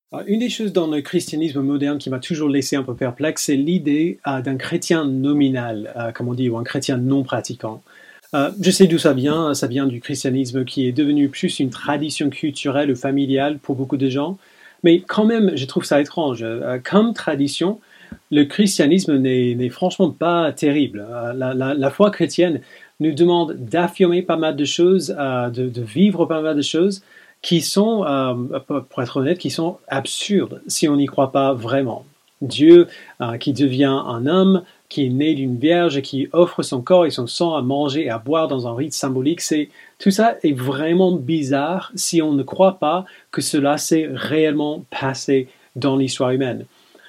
Alors, une des choses dans le christianisme moderne qui m'a toujours laissé un peu perplexe, c'est l'idée d'un chrétien nominal, comme on dit, ou un chrétien non pratiquant. Je sais d'où ça vient du christianisme qui est devenu plus une tradition culturelle ou familiale pour beaucoup de gens, mais quand même, je trouve ça étrange. Comme tradition, le christianisme n'est franchement pas terrible. La foi chrétienne nous demande d'affirmer pas mal de choses, de vivre pas mal de choses, qui sont, pour être honnête, qui sont absurdes si on n'y croit pas vraiment. Dieu qui devient un homme, qui est né d'une vierge et qui offre son corps et son sang à manger et à boire dans un rite symbolique, tout ça est vraiment bizarre si on ne croit pas que cela s'est réellement passé dans l'histoire humaine.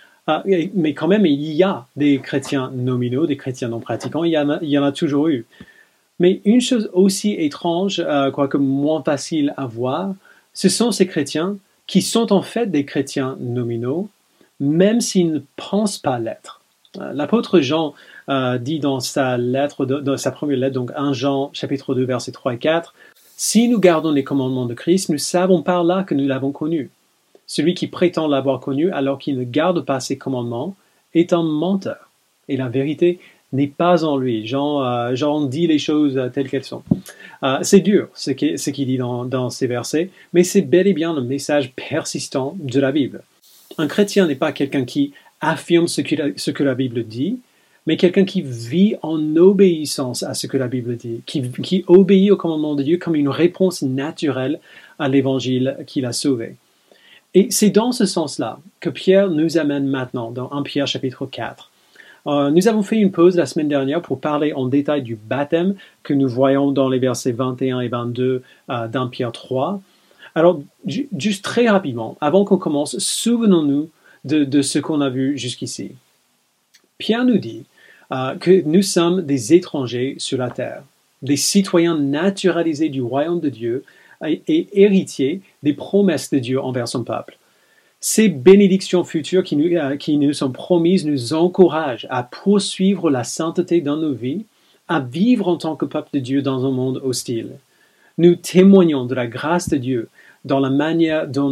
Mais quand même, il y a des chrétiens nominaux, des chrétiens non pratiquants, il y en a toujours eu. Mais une chose aussi étrange, quoique moins facile à voir, ce sont ces chrétiens qui sont en fait des chrétiens nominaux, même s'ils ne pensent pas l'être. L'apôtre Jean dit dans sa lettre, dans sa première lettre, donc 1 Jean chapitre 2 versets 3 et 4, « Si nous gardons les commandements de Christ, nous savons par là que nous l'avons connu. Celui qui prétend l'avoir connu alors qu'il ne garde pas ses commandements est un menteur. Et la vérité n'est pas en lui. » Jean dit les choses telles qu'elles sont. C'est dur ce qu'il dit dans ces versets, mais c'est bel et bien le message persistant de la Bible. Un chrétien n'est pas quelqu'un qui affirme ce que la Bible dit, mais quelqu'un qui vit en obéissance à ce que la Bible dit, qui obéit au commandement de Dieu comme une réponse naturelle à l'évangile qu'il a sauvé. Et c'est dans ce sens-là que Pierre nous amène maintenant dans 1 Pierre chapitre 4. Nous avons fait une pause la semaine dernière pour parler en détail du baptême que nous voyons dans les versets 21 et 22 d'1 Pierre 3. Alors, juste très rapidement, avant qu'on commence, souvenons-nous de ce qu'on a vu jusqu'ici. Pierre nous dit que nous sommes des étrangers sur la terre, des citoyens naturalisés du royaume de Dieu et héritiers des promesses de Dieu envers son peuple. Ces bénédictions futures qui nous sont promises nous encouragent à poursuivre la sainteté dans nos vies, à vivre en tant que peuple de Dieu dans un monde hostile. Nous témoignons de la grâce de Dieu dans la manière dont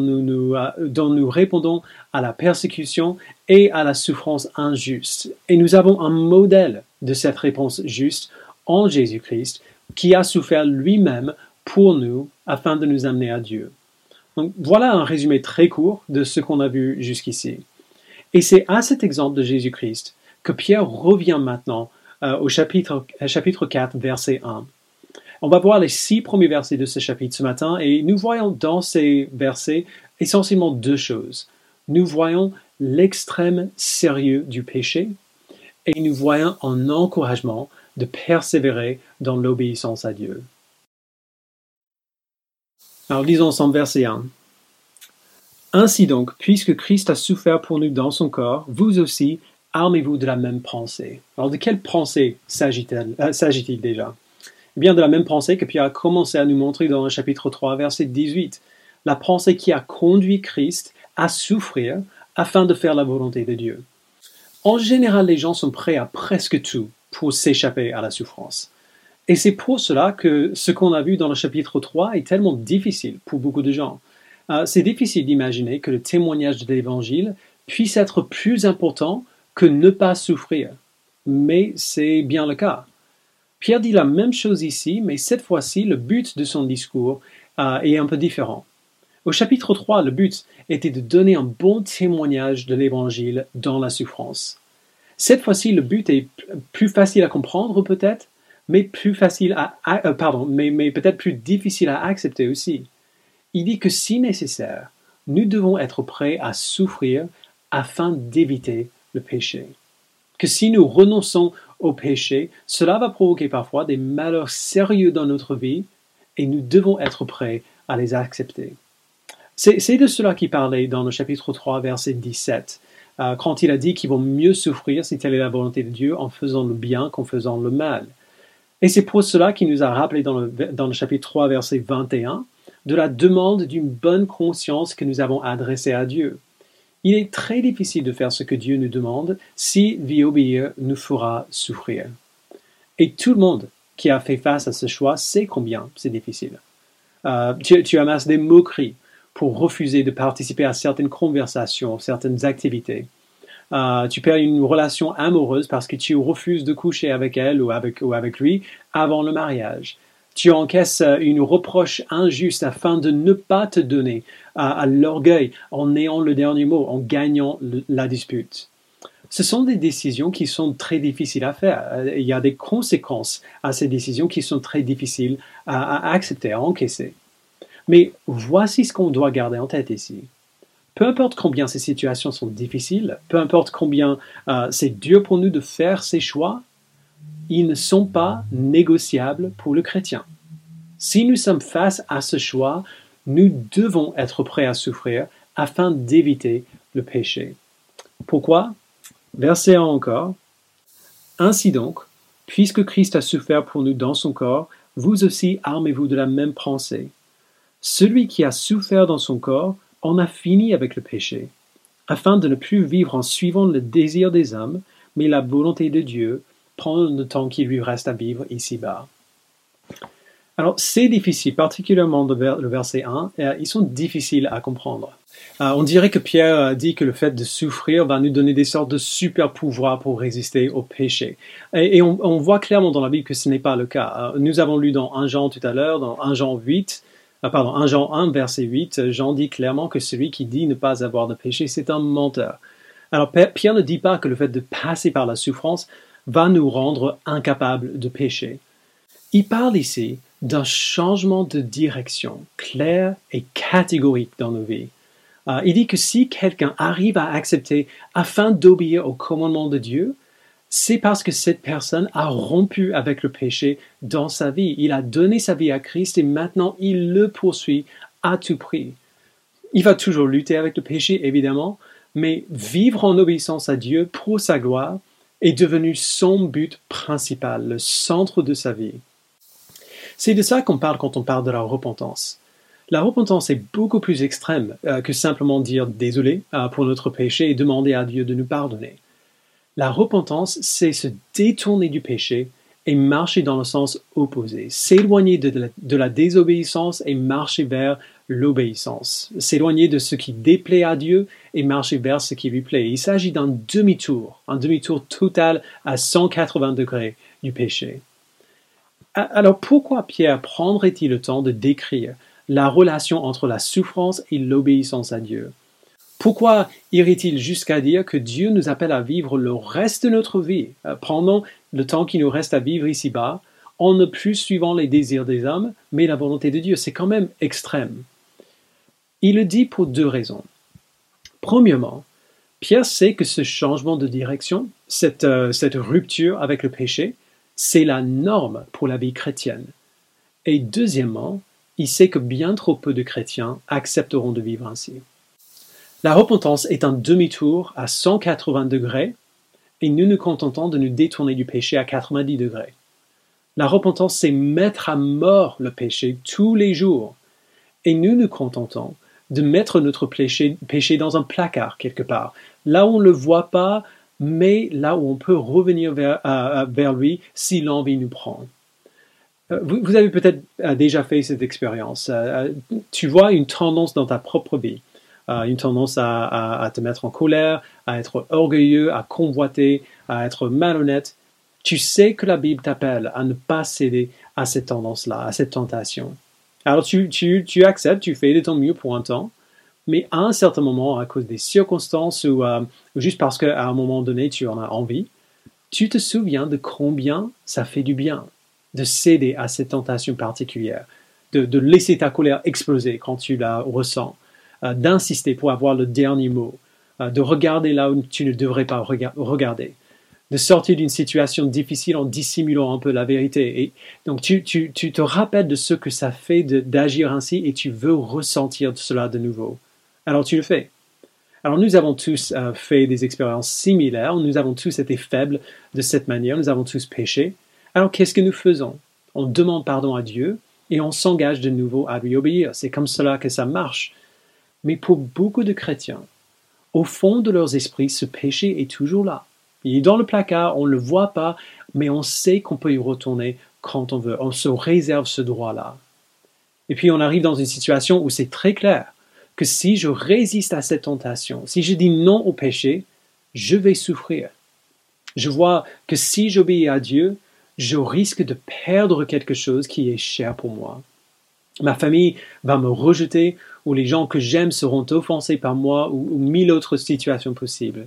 nous répondons à la persécution et à la souffrance injuste. Et nous avons un modèle de cette réponse juste en Jésus-Christ qui a souffert lui-même pour nous afin de nous amener à Dieu. Donc voilà un résumé très court de ce qu'on a vu jusqu'ici. Et c'est à cet exemple de Jésus-Christ que Pierre revient maintenant au chapitre 4, verset 1. On va voir les 6 premiers versets de ce chapitre ce matin et nous voyons dans ces versets essentiellement 2 choses. Nous voyons l'extrême sérieux du péché et nous voyons un encouragement de persévérer dans l'obéissance à Dieu. Alors lisons ensemble verset 1. « Ainsi donc, puisque Christ a souffert pour nous dans son corps, vous aussi, armez-vous de la même pensée. » Alors de quelle pensée s'agit-il déjà? Eh bien de la même pensée que Pierre a commencé à nous montrer dans le chapitre 3, verset 18. La pensée qui a conduit Christ à souffrir afin de faire la volonté de Dieu. En général, les gens sont prêts à presque tout pour s'échapper à la souffrance. Et c'est pour cela que ce qu'on a vu dans le chapitre 3 est tellement difficile pour beaucoup de gens. C'est difficile d'imaginer que le témoignage de l'Évangile puisse être plus important que ne pas souffrir. Mais c'est bien le cas. Pierre dit la même chose ici, mais cette fois-ci, le but de son discours est un peu différent. Au chapitre 3, le but était de donner un bon témoignage de l'Évangile dans la souffrance. Cette fois-ci, le but est plus facile à comprendre peut-être, mais peut-être plus difficile à accepter aussi. Il dit que si nécessaire, nous devons être prêts à souffrir afin d'éviter le péché. Que si nous renonçons au péché, cela va provoquer parfois des malheurs sérieux dans notre vie et nous devons être prêts à les accepter. C'est de cela qu'il parlait dans le chapitre 3, verset 17, quand il a dit qu'il vaut mieux souffrir si telle est la volonté de Dieu en faisant le bien qu'en faisant le mal. Et c'est pour cela qu'il nous a rappelé dans le chapitre 3, verset 21, de la demande d'une bonne conscience que nous avons adressée à Dieu. Il est très difficile de faire ce que Dieu nous demande si lui obéir nous fera souffrir. Et tout le monde qui a fait face à ce choix sait combien c'est difficile. Tu amasses des moqueries pour refuser de participer à certaines conversations, certaines activités. Tu perds une relation amoureuse parce que tu refuses de coucher avec elle ou avec lui avant le mariage. Tu encaisses une reproche injuste afin de ne pas te donner à l'orgueil en ayant le dernier mot, en gagnant la dispute. Ce sont des décisions qui sont très difficiles à faire. Il y a des conséquences à ces décisions qui sont très difficiles à accepter, à encaisser. Mais voici ce qu'on doit garder en tête ici. Peu importe combien ces situations sont difficiles, peu importe combien c'est dur pour nous de faire ces choix, ils ne sont pas négociables pour le chrétien. Si nous sommes face à ce choix, nous devons être prêts à souffrir afin d'éviter le péché. Pourquoi? Verset 1 encore. Ainsi donc, puisque Christ a souffert pour nous dans son corps, vous aussi armez-vous de la même pensée. Celui qui a souffert dans son corps en a fini avec le péché, afin de ne plus vivre en suivant le désir des hommes, mais la volonté de Dieu, prendre le temps qui lui reste à vivre ici-bas. Alors, c'est difficile, particulièrement le verset 1, ils sont difficiles à comprendre. On dirait que Pierre dit que le fait de souffrir va nous donner des sortes de super pouvoirs pour résister au péché. Et on voit clairement dans la Bible que ce n'est pas le cas. Nous avons lu dans 1 Jean tout à l'heure, dans 1 Jean 1 verset 8, Jean dit clairement que celui qui dit ne pas avoir de péché, c'est un menteur. Alors Pierre ne dit pas que le fait de passer par la souffrance va nous rendre incapables de pécher. Il parle ici d'un changement de direction clair et catégorique dans nos vies. Il dit que si quelqu'un arrive à accepter afin d'obéir au commandement de Dieu, c'est parce que cette personne a rompu avec le péché dans sa vie. Il a donné sa vie à Christ et maintenant il le poursuit à tout prix. Il va toujours lutter avec le péché, évidemment, mais vivre en obéissance à Dieu pour sa gloire est devenu son but principal, le centre de sa vie. C'est de ça qu'on parle quand on parle de la repentance. La repentance est beaucoup plus extrême que simplement dire désolé pour notre péché et demander à Dieu de nous pardonner. La repentance, c'est se détourner du péché et marcher dans le sens opposé, s'éloigner de la désobéissance et marcher vers l'obéissance, s'éloigner de ce qui déplaît à Dieu et marcher vers ce qui lui plaît. Il s'agit d'un demi-tour total à 180 degrés du péché. Alors pourquoi Pierre prendrait-il le temps de décrire la relation entre la souffrance et l'obéissance à Dieu? Pourquoi irait-il jusqu'à dire que Dieu nous appelle à vivre le reste de notre vie, pendant le temps qui nous reste à vivre ici-bas, en ne plus suivant les désirs des hommes, mais la volonté de Dieu? C'est quand même extrême. Il le dit pour deux raisons. Premièrement, Pierre sait que ce changement de direction, cette rupture avec le péché, c'est la norme pour la vie chrétienne. Et deuxièmement, il sait que bien trop peu de chrétiens accepteront de vivre ainsi. La repentance est un demi-tour à 180 degrés et nous nous contentons de nous détourner du péché à 90 degrés. La repentance, c'est mettre à mort le péché tous les jours et nous nous contentons de mettre notre péché dans un placard quelque part, là où on ne le voit pas, mais là où on peut revenir vers lui si l'envie nous prend. Vous avez peut-être déjà fait cette expérience. Tu vois une tendance dans ta propre vie. Une tendance à te mettre en colère, à être orgueilleux, à convoiter, à être malhonnête. Tu sais que la Bible t'appelle à ne pas céder à cette tendance-là, à cette tentation. Alors tu acceptes, tu fais de ton mieux pour un temps, mais à un certain moment, à cause des circonstances ou juste parce qu'à un moment donné tu en as envie, tu te souviens de combien ça fait du bien de céder à cette tentation particulière, de laisser ta colère exploser quand tu la ressens, d'insister pour avoir le dernier mot, de regarder là où tu ne devrais pas regarder, de sortir d'une situation difficile en dissimulant un peu la vérité. Et donc tu te rappelles de ce que ça fait d'agir ainsi et tu veux ressentir cela de nouveau. Alors tu le fais. Alors nous avons tous fait des expériences similaires, nous avons tous été faibles de cette manière, nous avons tous péché. Alors qu'est-ce que nous faisons? On demande pardon à Dieu et on s'engage de nouveau à lui obéir. C'est comme cela que ça marche. Mais pour beaucoup de chrétiens, au fond de leurs esprits, ce péché est toujours là. Il est dans le placard, on ne le voit pas, mais on sait qu'on peut y retourner quand on veut. On se réserve ce droit-là. Et puis on arrive dans une situation où c'est très clair. que si je résiste à cette tentation, si je dis non au péché, je vais souffrir. Je vois que si j'obéis à Dieu, je risque de perdre quelque chose qui est cher pour moi. Ma famille va me rejeter ou les gens que j'aime seront offensés par moi ou mille autres situations possibles.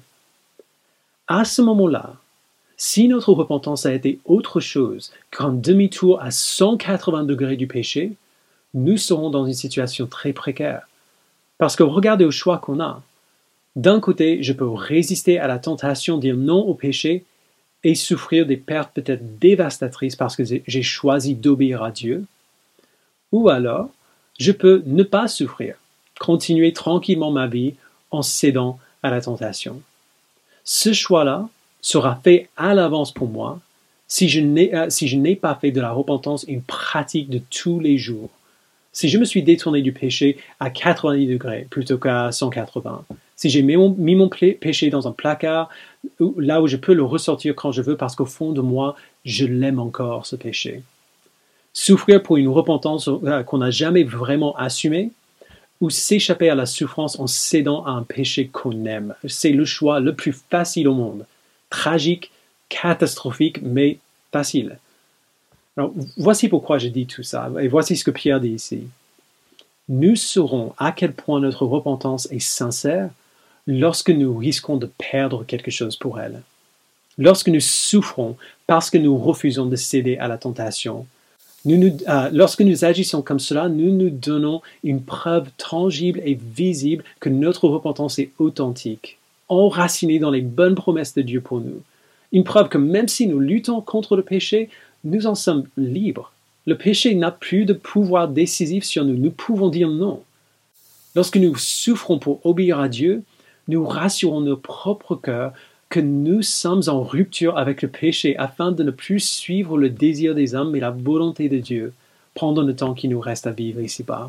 À ce moment-là, si notre repentance a été autre chose qu'un demi-tour à 180 degrés du péché, nous serons dans une situation très précaire. Parce que regardez au choix qu'on a. D'un côté, je peux résister à la tentation de dire non au péché et souffrir des pertes peut-être dévastatrices parce que j'ai choisi d'obéir à Dieu. Ou alors, je peux ne pas souffrir, continuer tranquillement ma vie en cédant à la tentation. Ce choix-là sera fait à l'avance pour moi si je n'ai pas fait de la repentance une pratique de tous les jours. Si je me suis détourné du péché à 90 degrés plutôt qu'à 180, si j'ai mis mon péché dans un placard, là où je peux le ressortir quand je veux parce qu'au fond de moi, je l'aime encore, ce péché. Souffrir pour une repentance qu'on n'a jamais vraiment assumée, ou s'échapper à la souffrance en cédant à un péché qu'on aime. C'est le choix le plus facile au monde. Tragique, catastrophique, mais facile. Alors, voici pourquoi je dis tout ça, et voici ce que Pierre dit ici. Nous saurons à quel point notre repentance est sincère lorsque nous risquons de perdre quelque chose pour elle. Lorsque nous souffrons parce que nous refusons de céder à la tentation. Lorsque nous agissons comme cela, nous nous donnons une preuve tangible et visible que notre repentance est authentique, enracinée dans les bonnes promesses de Dieu pour nous. Une preuve que même si nous luttons contre le péché, nous en sommes libres. Le péché n'a plus de pouvoir décisif sur nous. Nous pouvons dire non. Lorsque nous souffrons pour obéir à Dieu, nous rassurons nos propres cœurs que nous sommes en rupture avec le péché afin de ne plus suivre le désir des hommes mais la volonté de Dieu pendant le temps qui nous reste à vivre ici-bas.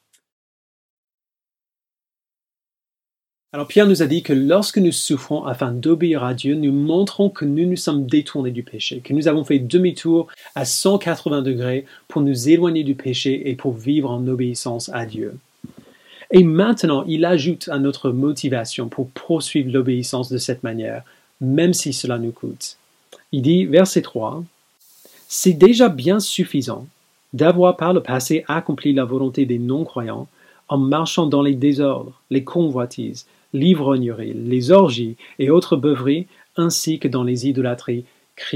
Alors Pierre nous a dit que lorsque nous souffrons afin d'obéir à Dieu, nous montrons que nous nous sommes détournés du péché, que nous avons fait demi-tour à 180 degrés pour nous éloigner du péché et pour vivre en obéissance à Dieu. Et maintenant, il ajoute à notre motivation pour poursuivre l'obéissance de cette manière, même si cela nous coûte. Il dit, verset 3, « C'est déjà bien suffisant d'avoir par le passé accompli la volonté des non-croyants en marchant dans les désordres, les convoitises, l'ivrognerie, les orgies et autres beuveries, ainsi que dans les idolâtries criminelles. »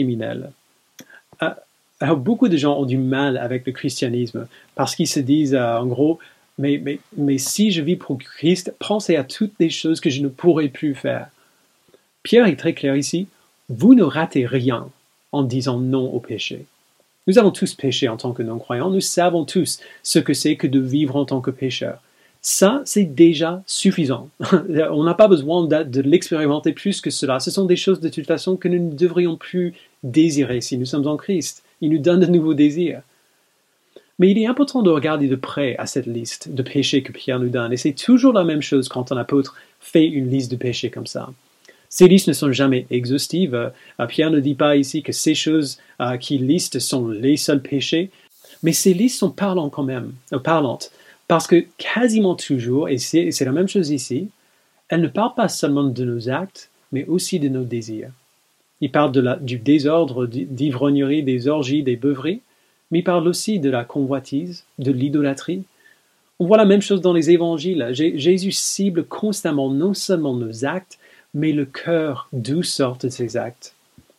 Alors, beaucoup de gens ont du mal avec le christianisme parce qu'ils se disent, en gros, mais si je vis pour Christ, pensez à toutes les choses que je ne pourrai plus faire. Pierre est très clair ici, vous ne ratez rien en disant non au péché. Nous avons tous péché en tant que non-croyants, nous savons tous ce que c'est que de vivre en tant que pécheur. Ça, c'est déjà suffisant. On n'a pas besoin de l'expérimenter plus que cela. Ce sont des choses de toute façon que nous ne devrions plus désirer si nous sommes en Christ. Il nous donne de nouveaux désirs. Mais il est important de regarder de près à cette liste de péchés que Pierre nous donne. Et c'est toujours la même chose quand un apôtre fait une liste de péchés comme ça. Ces listes ne sont jamais exhaustives. Pierre ne dit pas ici que ces choses qu'il liste sont les seuls péchés. Mais ces listes sont parlantes quand même, parlantes. Parce que quasiment toujours, et c'est la même chose ici, elles ne parlent pas seulement de nos actes, mais aussi de nos désirs. Il parle du désordre, d'ivrognerie, des orgies, des beuveries, mais il parle aussi de la convoitise, de l'idolâtrie. On voit la même chose dans les évangiles. Jésus cible constamment non seulement nos actes, mais le cœur d'où sortent ces actes.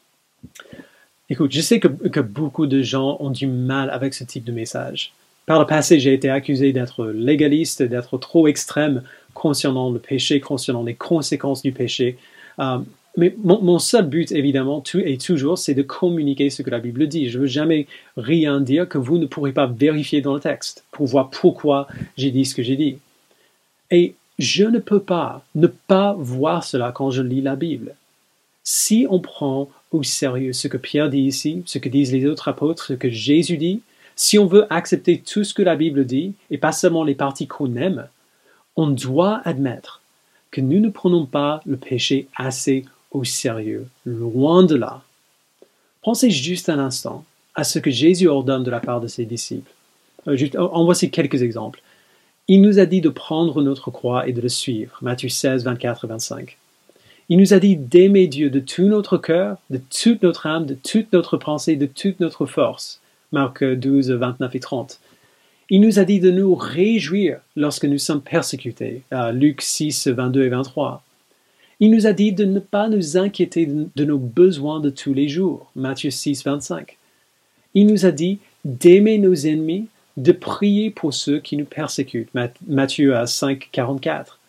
Écoute, je sais que beaucoup de gens ont du mal avec ce type de message. Par le passé, j'ai été accusé d'être légaliste, d'être trop extrême concernant le péché, concernant les conséquences du péché. Mais mon seul but, évidemment, et toujours, c'est de communiquer ce que la Bible dit. Je ne veux jamais rien dire que vous ne pourrez pas vérifier dans le texte pour voir pourquoi j'ai dit ce que j'ai dit. Et je ne peux pas ne pas voir cela quand je lis la Bible. Si on prend au sérieux ce que Pierre dit ici, ce que disent les autres apôtres, ce que Jésus dit, si on veut accepter tout ce que la Bible dit, et pas seulement les parties qu'on aime, on doit admettre que nous ne prenons pas le péché assez au sérieux, loin de là. Pensez juste un instant à ce que Jésus ordonne de la part de ses disciples. En voici quelques exemples. Il nous a dit de prendre notre croix et de le suivre. Matthieu 16, 24 et 25. Il nous a dit d'aimer Dieu de tout notre cœur, de toute notre âme, de toute notre pensée, de toute notre force. Marc 12, 29 et 30. Il nous a dit de nous réjouir lorsque nous sommes persécutés. Luc 6, 22 et 23. Il nous a dit de ne pas nous inquiéter de nos besoins de tous les jours. Matthieu 6, 25. Il nous a dit d'aimer nos ennemis, de prier pour ceux qui nous persécutent. Matthieu 5, 44.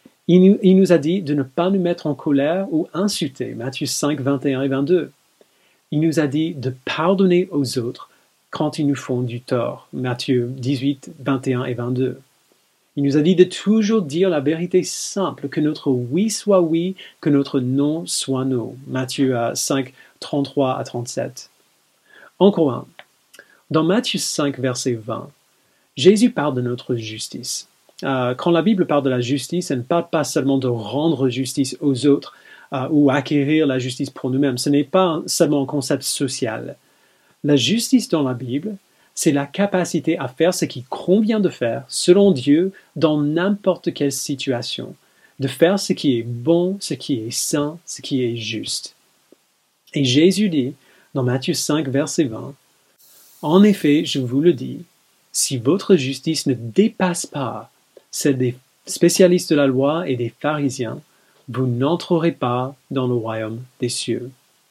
Il nous a dit de ne pas nous mettre en colère ou insulter. Matthieu 5, 21 et 22. Il nous a dit de pardonner aux autres quand ils nous font du tort. Matthieu 18, 21 et 22. Il nous a dit de toujours dire la vérité simple, que notre oui soit oui, que notre non soit non. Matthieu 5, 33 à 37. Encore un. Dans Matthieu 5, verset 20, Jésus parle de notre justice. Quand la Bible parle de la justice, elle ne parle pas seulement de rendre justice aux autres ou acquérir la justice pour nous-mêmes. Ce n'est pas seulement un concept social. La justice dans la Bible, c'est la capacité à faire ce qui convient de faire, selon Dieu, dans n'importe quelle situation. De faire ce qui est bon, ce qui est saint, ce qui est juste. Et Jésus dit, dans Matthieu 5, verset 20, « En effet, je vous le dis, si votre justice ne dépasse pas celle des spécialistes de la loi et des pharisiens, vous n'entrerez pas dans le royaume des cieux. »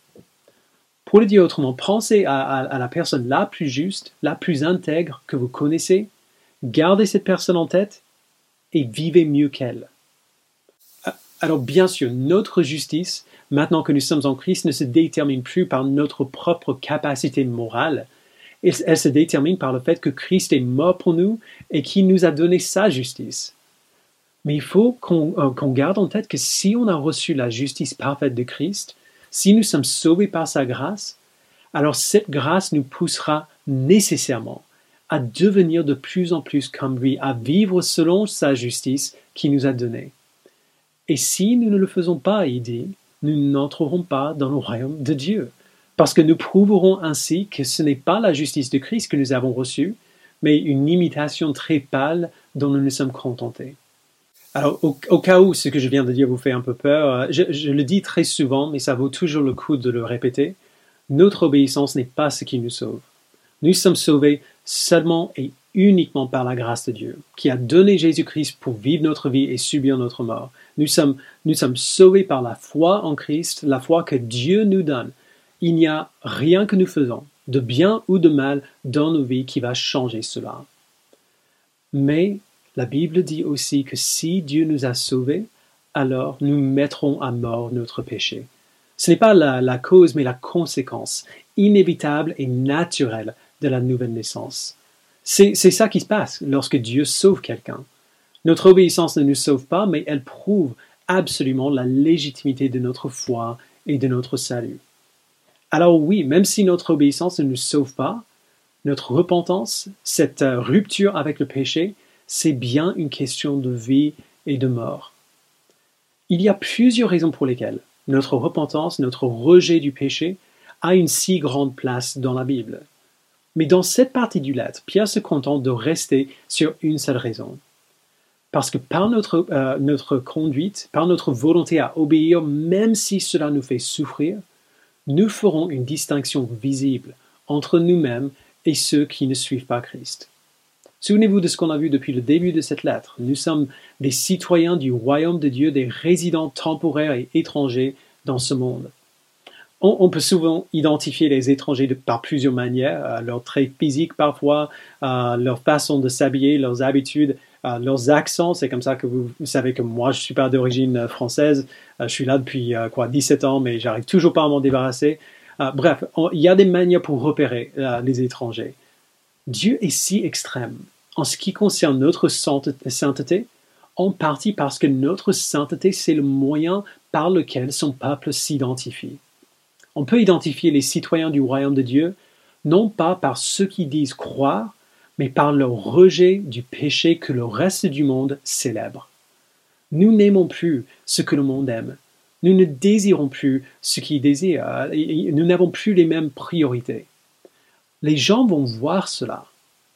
Pour le dire autrement, pensez à la personne la plus juste, la plus intègre que vous connaissez, gardez cette personne en tête et vivez mieux qu'elle. Alors bien sûr, notre justice, maintenant que nous sommes en Christ, ne se détermine plus par notre propre capacité morale. Elle se détermine par le fait que Christ est mort pour nous et qu'il nous a donné sa justice. Mais il faut qu'on garde en tête que si on a reçu la justice parfaite de Christ, si nous sommes sauvés par sa grâce, alors cette grâce nous poussera nécessairement à devenir de plus en plus comme lui, à vivre selon sa justice qu'il nous a donnée. Et si nous ne le faisons pas, il dit, nous n'entrerons pas dans le royaume de Dieu. Parce que nous prouverons ainsi que ce n'est pas la justice de Christ que nous avons reçue, mais une imitation très pâle dont nous nous sommes contentés. Alors, au cas où ce que je viens de dire vous fait un peu peur, je le dis très souvent, mais ça vaut toujours le coup de le répéter. Notre obéissance n'est pas ce qui nous sauve. Nous sommes sauvés seulement et uniquement par la grâce de Dieu, qui a donné Jésus-Christ pour vivre notre vie et subir notre mort. Nous sommes sauvés par la foi en Christ, la foi que Dieu nous donne. Il n'y a rien que nous faisons, de bien ou de mal, dans nos vies qui va changer cela. Mais la Bible dit aussi que si Dieu nous a sauvés, alors nous mettrons à mort notre péché. Ce n'est pas la cause, mais la conséquence inévitable et naturelle de la nouvelle naissance. C'est ça qui se passe lorsque Dieu sauve quelqu'un. Notre obéissance ne nous sauve pas, mais elle prouve absolument la légitimité de notre foi et de notre salut. Alors oui, même si notre obéissance ne nous sauve pas, notre repentance, cette rupture avec le péché, c'est bien une question de vie et de mort. Il y a plusieurs raisons pour lesquelles notre repentance, notre rejet du péché, a une si grande place dans la Bible. Mais dans cette partie du lettre, Pierre se contente de rester sur une seule raison. Parce que par notre conduite, par notre volonté à obéir, même si cela nous fait souffrir, nous ferons une distinction visible entre nous-mêmes et ceux qui ne suivent pas Christ. Souvenez-vous de ce qu'on a vu depuis le début de cette lettre. Nous sommes des citoyens du royaume de Dieu, des résidents temporaires et étrangers dans ce monde. On peut souvent identifier les étrangers par plusieurs manières, leurs traits physiques parfois, leur façon de s'habiller, leurs habitudes, leurs accents. C'est comme ça que vous savez que moi, je ne suis pas d'origine française. Je suis là depuis 17 ans, mais j'arrive toujours pas à m'en débarrasser. Bref, il y a des manières pour repérer les étrangers. Dieu est si extrême en ce qui concerne notre sainteté, en partie parce que notre sainteté, c'est le moyen par lequel son peuple s'identifie. On peut identifier les citoyens du royaume de Dieu, non pas par ceux qui disent croire, mais par leur rejet du péché que le reste du monde célèbre. Nous n'aimons plus ce que le monde aime. Nous ne désirons plus ce qu'il désire. Nous n'avons plus les mêmes priorités. Les gens vont voir cela.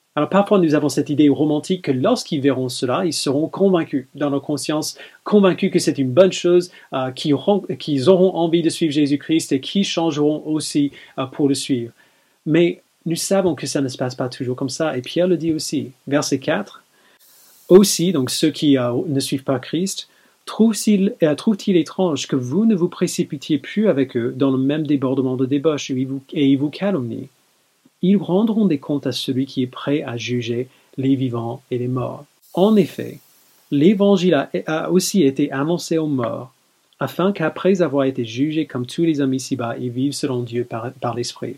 Alors parfois nous avons cette idée romantique que lorsqu'ils verront cela, ils seront convaincus dans leur conscience, convaincus que c'est une bonne chose, qu'ils auront envie de suivre Jésus-Christ et qu'ils changeront aussi pour le suivre. Mais nous savons que ça ne se passe pas toujours comme ça, et Pierre le dit aussi. Verset 4, aussi, donc ceux qui ne suivent pas Christ, trouve-t-il étrange que vous ne vous précipitiez plus avec eux dans le même débordement de débauche et ils vous calomnient? Ils rendront des comptes à celui qui est prêt à juger les vivants et les morts. En effet, l'Évangile a aussi été annoncé aux morts, afin qu'après avoir été jugés comme tous les hommes ici-bas, ils vivent selon Dieu par l'Esprit.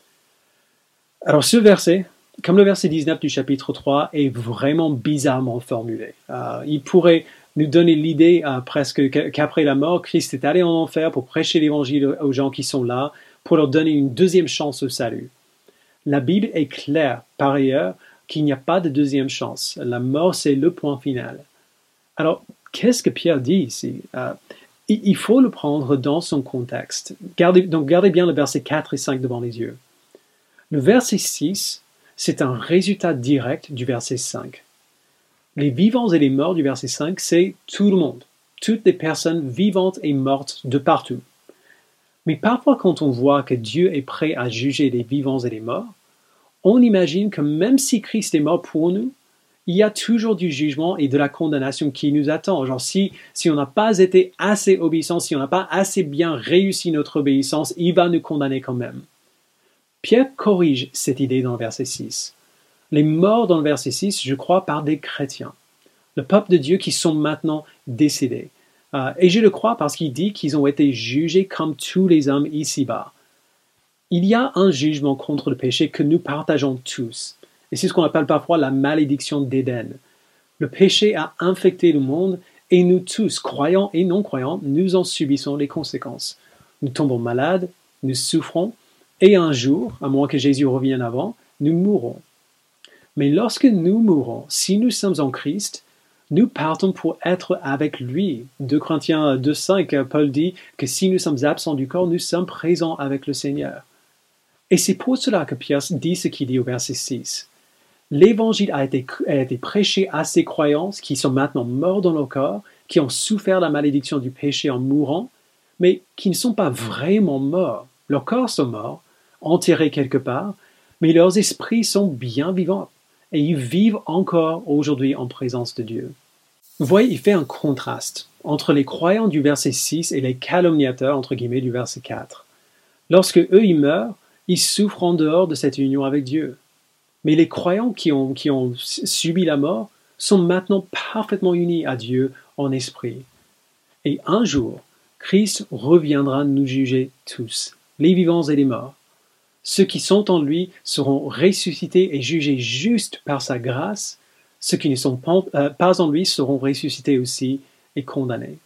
Alors ce verset, comme le verset 19 du chapitre 3, est vraiment bizarrement formulé. Il pourrait nous donner l'idée presque qu'après la mort, Christ est allé en enfer pour prêcher l'Évangile aux gens qui sont là, pour leur donner une deuxième chance au salut. La Bible est claire, par ailleurs, qu'il n'y a pas de deuxième chance. La mort, c'est le point final. Alors, qu'est-ce que Pierre dit ici? Il faut le prendre dans son contexte. Gardez bien le verset 4 et 5 devant les yeux. Le verset 6, c'est un résultat direct du verset 5. Les vivants et les morts du verset 5, c'est tout le monde. Toutes les personnes vivantes et mortes de partout. Mais parfois, quand on voit que Dieu est prêt à juger les vivants et les morts, on imagine que même si Christ est mort pour nous, il y a toujours du jugement et de la condamnation qui nous attend. Genre, si on n'a pas été assez obéissant, si on n'a pas assez bien réussi notre obéissance, il va nous condamner quand même. Pierre corrige cette idée dans le verset 6. Les morts dans le verset 6, je crois, par des chrétiens. Le peuple de Dieu qui sont maintenant décédés. Et je le crois parce qu'il dit qu'ils ont été jugés comme tous les hommes ici-bas. Il y a un jugement contre le péché que nous partageons tous. Et c'est ce qu'on appelle parfois la malédiction d'Éden. Le péché a infecté le monde et nous tous, croyants et non-croyants, nous en subissons les conséquences. Nous tombons malades, nous souffrons, et un jour, à moins que Jésus revienne avant, nous mourrons. Mais lorsque nous mourrons, si nous sommes en Christ, nous partons pour être avec lui. 2 Corinthiens 2,5, Paul dit que si nous sommes absents du corps, nous sommes présents avec le Seigneur. Et c'est pour cela que Pierre dit ce qu'il dit au verset 6. L'évangile a été prêché à ces croyants qui sont maintenant morts dans leur corps, qui ont souffert la malédiction du péché en mourant, mais qui ne sont pas vraiment morts. Leurs corps sont morts, enterrés quelque part, mais leurs esprits sont bien vivants et ils vivent encore aujourd'hui en présence de Dieu. Vous voyez, il fait un contraste entre les croyants du verset 6 et les calomniateurs, entre guillemets, du verset 4. Lorsque eux, ils meurent, ils souffrent en dehors de cette union avec Dieu. Mais les croyants qui ont subi la mort sont maintenant parfaitement unis à Dieu en esprit. Et un jour, Christ reviendra nous juger tous, les vivants et les morts. Ceux qui sont en lui seront ressuscités et jugés juste par sa grâce. Ceux qui ne sont pas en lui seront ressuscités aussi et condamnés.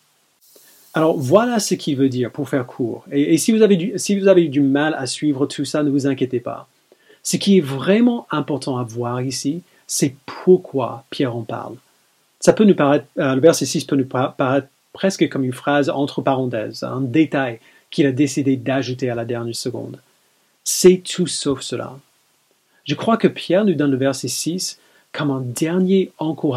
Alors voilà ce qu'il veut dire pour faire court. Et si vous avez eu du mal à suivre tout ça, ne vous inquiétez pas. Ce qui est vraiment important à voir ici, c'est pourquoi Pierre en parle. Ça peut nous paraître, le verset 6 peut nous paraître presque comme une phrase entre parenthèses, un détail qu'il a décidé d'ajouter à la dernière seconde. C'est tout sauf cela. Je crois que Pierre nous donne le verset 6 comme un dernier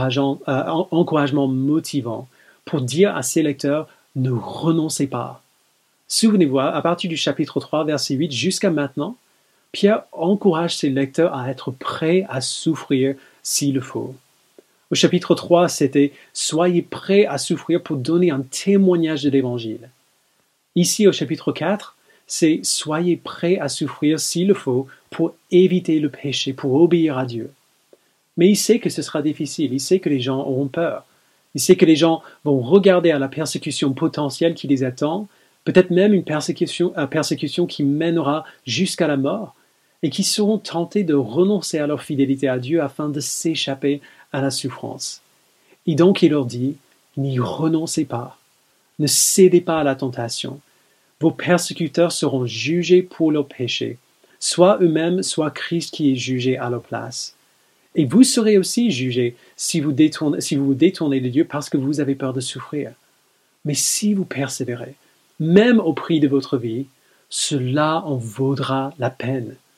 encouragement motivant pour dire à ses lecteurs « Ne renoncez pas ». Souvenez-vous, à partir du chapitre 3, verset 8 jusqu'à maintenant, Pierre encourage ses lecteurs à être prêts à souffrir s'il le faut. Au chapitre 3, c'était « Soyez prêts à souffrir pour donner un témoignage de l'Évangile ». Ici, au chapitre 4, c'est « Soyez prêts à souffrir s'il le faut pour éviter le péché, pour obéir à Dieu ». Mais il sait que ce sera difficile, il sait que les gens auront peur. Il sait que les gens vont regarder à la persécution potentielle qui les attend, peut-être même une persécution qui mènera jusqu'à la mort, et qui seront tentés de renoncer à leur fidélité à Dieu afin de s'échapper à la souffrance. Et donc il leur dit, n'y renoncez pas, ne cédez pas à la tentation. Vos persécuteurs seront jugés pour leurs péchés, soit eux-mêmes, soit Christ qui est jugé à leur place. Et vous serez aussi jugés si vous vous détournez de Dieu parce que vous avez peur de souffrir. Mais si vous persévérez, même au prix de votre vie, cela en vaudra la peine.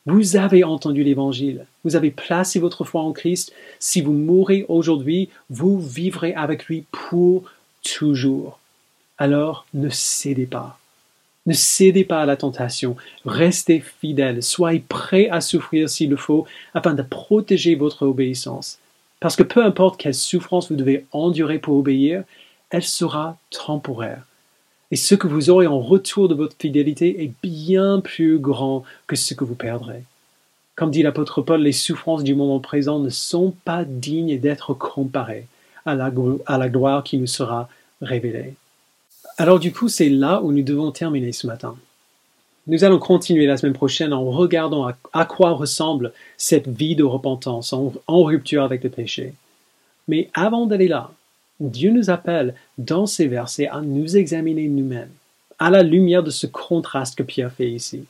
Vous avez entendu l'Évangile, vous avez placé votre foi en Christ. Si vous mourrez aujourd'hui, vous vivrez avec lui pour toujours. Alors ne cédez pas. Ne cédez pas à la tentation. Restez fidèles. Soyez prêts à souffrir s'il le faut afin de protéger votre obéissance. Parce que peu importe quelle souffrance vous devez endurer pour obéir, elle sera temporaire. Et ce que vous aurez en retour de votre fidélité est bien plus grand que ce que vous perdrez. Comme dit l'apôtre Paul, les souffrances du moment présent ne sont pas dignes d'être comparées à la gloire qui nous sera révélée. Alors du coup, c'est là où nous devons terminer ce matin. Nous allons continuer la semaine prochaine en regardant à quoi ressemble cette vie de repentance en rupture avec le péché. Mais avant d'aller là, Dieu nous appelle dans ces versets à nous examiner nous-mêmes, à la lumière de ce contraste que Pierre fait ici.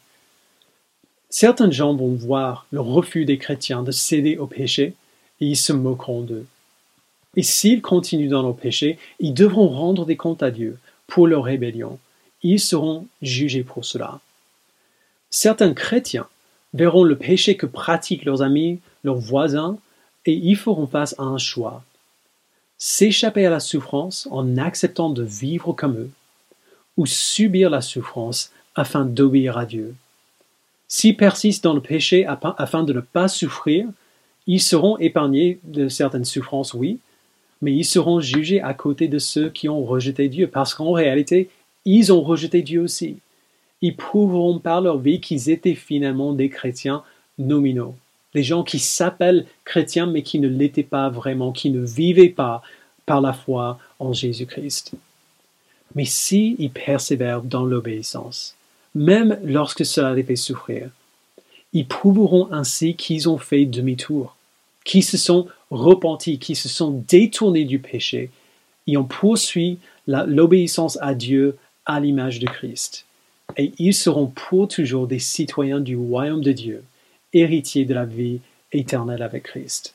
Certains gens vont voir le refus des chrétiens de céder au péché et ils se moqueront d'eux. Et s'ils continuent dans leur péché, ils devront rendre des comptes à Dieu pour leur rébellion. Ils seront jugés pour cela. Certains chrétiens verront le péché que pratiquent leurs amis, leurs voisins, et ils feront face à un choix. S'échapper à la souffrance en acceptant de vivre comme eux, ou subir la souffrance afin d'obéir à Dieu. S'ils persistent dans le péché afin de ne pas souffrir, ils seront épargnés de certaines souffrances, oui, mais ils seront jugés à côté de ceux qui ont rejeté Dieu, parce qu'en réalité, ils ont rejeté Dieu aussi. Ils prouveront par leur vie qu'ils étaient finalement des chrétiens nominaux. Des gens qui s'appellent chrétiens, mais qui ne l'étaient pas vraiment, qui ne vivaient pas par la foi en Jésus-Christ. Mais s'ils persévèrent dans l'obéissance, même lorsque cela les fait souffrir, ils prouveront ainsi qu'ils ont fait demi-tour, qu'ils se sont repentis, qu'ils se sont détournés du péché et ont poursuivi l'obéissance à Dieu à l'image de Christ. Et ils seront pour toujours des citoyens du royaume de Dieu, héritiers de la vie éternelle avec Christ.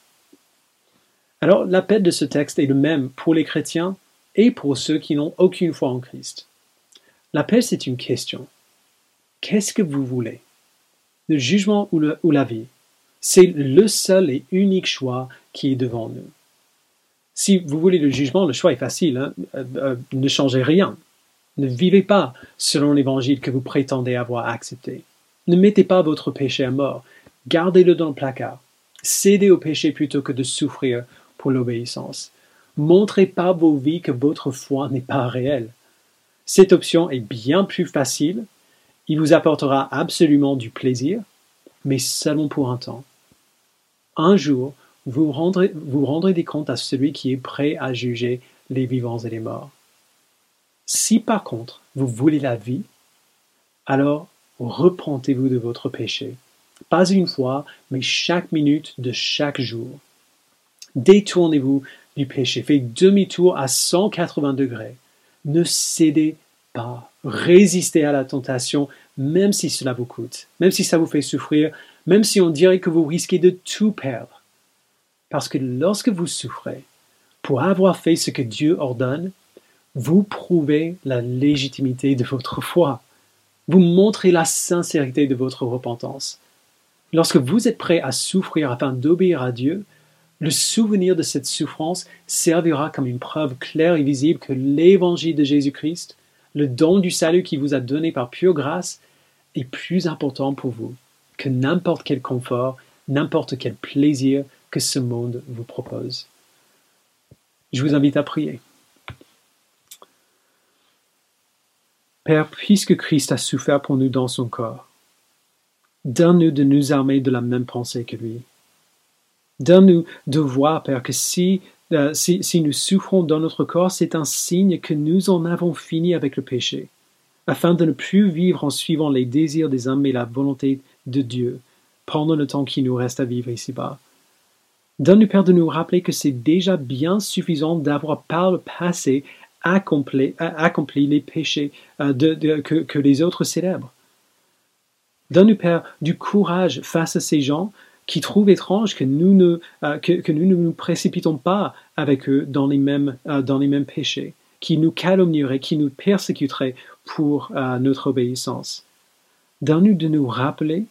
Alors, l'appel de ce texte est le même pour les chrétiens et pour ceux qui n'ont aucune foi en Christ. L'appel, c'est une question. Qu'est-ce que vous voulez? Le jugement ou la vie? C'est le seul et unique choix qui est devant nous. Si vous voulez le jugement, le choix est facile. Ne changez rien. Ne vivez pas selon l'évangile que vous prétendez avoir accepté. Ne mettez pas votre péché à mort. Gardez-le dans le placard. Cédez au péché plutôt que de souffrir pour l'obéissance. Montrez par vos vies que votre foi n'est pas réelle. Cette option est bien plus facile. Il vous apportera absolument du plaisir, mais seulement pour un temps. Un jour, vous rendrez des comptes à celui qui est prêt à juger les vivants et les morts. Si par contre, vous voulez la vie, alors repentez-vous de votre péché. Pas une fois, mais chaque minute de chaque jour. Détournez-vous du péché. Faites demi-tour à 180 degrés. Ne cédez pas. Résistez à la tentation, même si cela vous coûte, même si ça vous fait souffrir, même si on dirait que vous risquez de tout perdre. Parce que lorsque vous souffrez, pour avoir fait ce que Dieu ordonne, vous prouvez la légitimité de votre foi. Vous montrez la sincérité de votre repentance. Lorsque vous êtes prêt à souffrir afin d'obéir à Dieu, le souvenir de cette souffrance servira comme une preuve claire et visible que l'évangile de Jésus-Christ, le don du salut qui vous a donné par pure grâce, est plus important pour vous que n'importe quel confort, n'importe quel plaisir que ce monde vous propose. Je vous invite à prier. Père, puisque Christ a souffert pour nous dans son corps, donne-nous de nous armer de la même pensée que lui. Donne-nous de voir, Père, que si nous souffrons dans notre corps, c'est un signe que nous en avons fini avec le péché, afin de ne plus vivre en suivant les désirs des hommes et la volonté de Dieu pendant le temps qui nous reste à vivre ici-bas. Donne-nous, Père, de nous rappeler que c'est déjà bien suffisant d'avoir par le passé accompli les péchés que les autres célèbrent. Donne-nous, Père, du courage face à ces gens qui trouvent étrange que nous ne nous précipitons pas avec eux dans les mêmes péchés, qui nous calomnieraient, qui nous persécuteraient pour notre obéissance. Donne-nous de nous rappeler que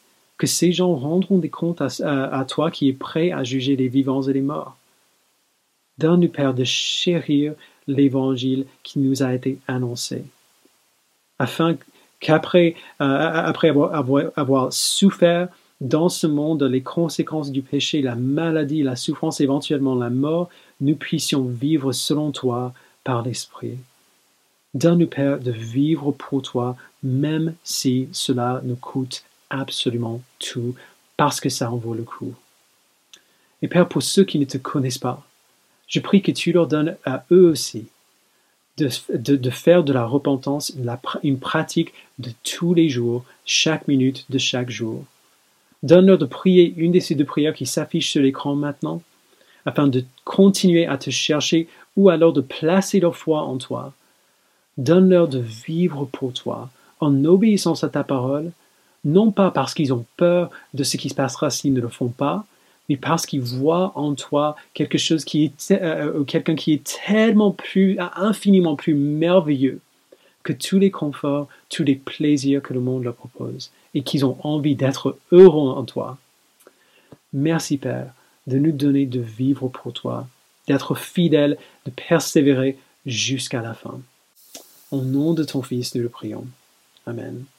que ces gens rendront des comptes à toi qui es prêt à juger les vivants et les morts. Donne-nous, Père, de chérir l'évangile qui nous a été annoncé, afin qu'après avoir souffert dans ce monde les conséquences du péché, la maladie, la souffrance, éventuellement la mort, nous puissions vivre selon toi par l'Esprit. Donne-nous, Père, de vivre pour toi, même si cela nous coûte absolument tout, parce que ça en vaut le coup. Et Père, pour ceux qui ne te connaissent pas, je prie que tu leur donnes à eux aussi de faire de la repentance une pratique de tous les jours, chaque minute de chaque jour. Donne-leur de prier une de ces deux prières qui s'affichent sur l'écran maintenant, afin de continuer à te chercher ou alors de placer leur foi en toi. Donne-leur de vivre pour toi, en obéissance à ta parole, non pas parce qu'ils ont peur de ce qui se passera s'ils ne le font pas, mais parce qu'ils voient en toi quelque chose quelqu'un qui est infiniment plus merveilleux que tous les conforts, tous les plaisirs que le monde leur propose, et qu'ils ont envie d'être heureux en toi. Merci, Père, de nous donner de vivre pour toi, d'être fidèles, de persévérer jusqu'à la fin. Au nom de ton Fils, nous le prions. Amen.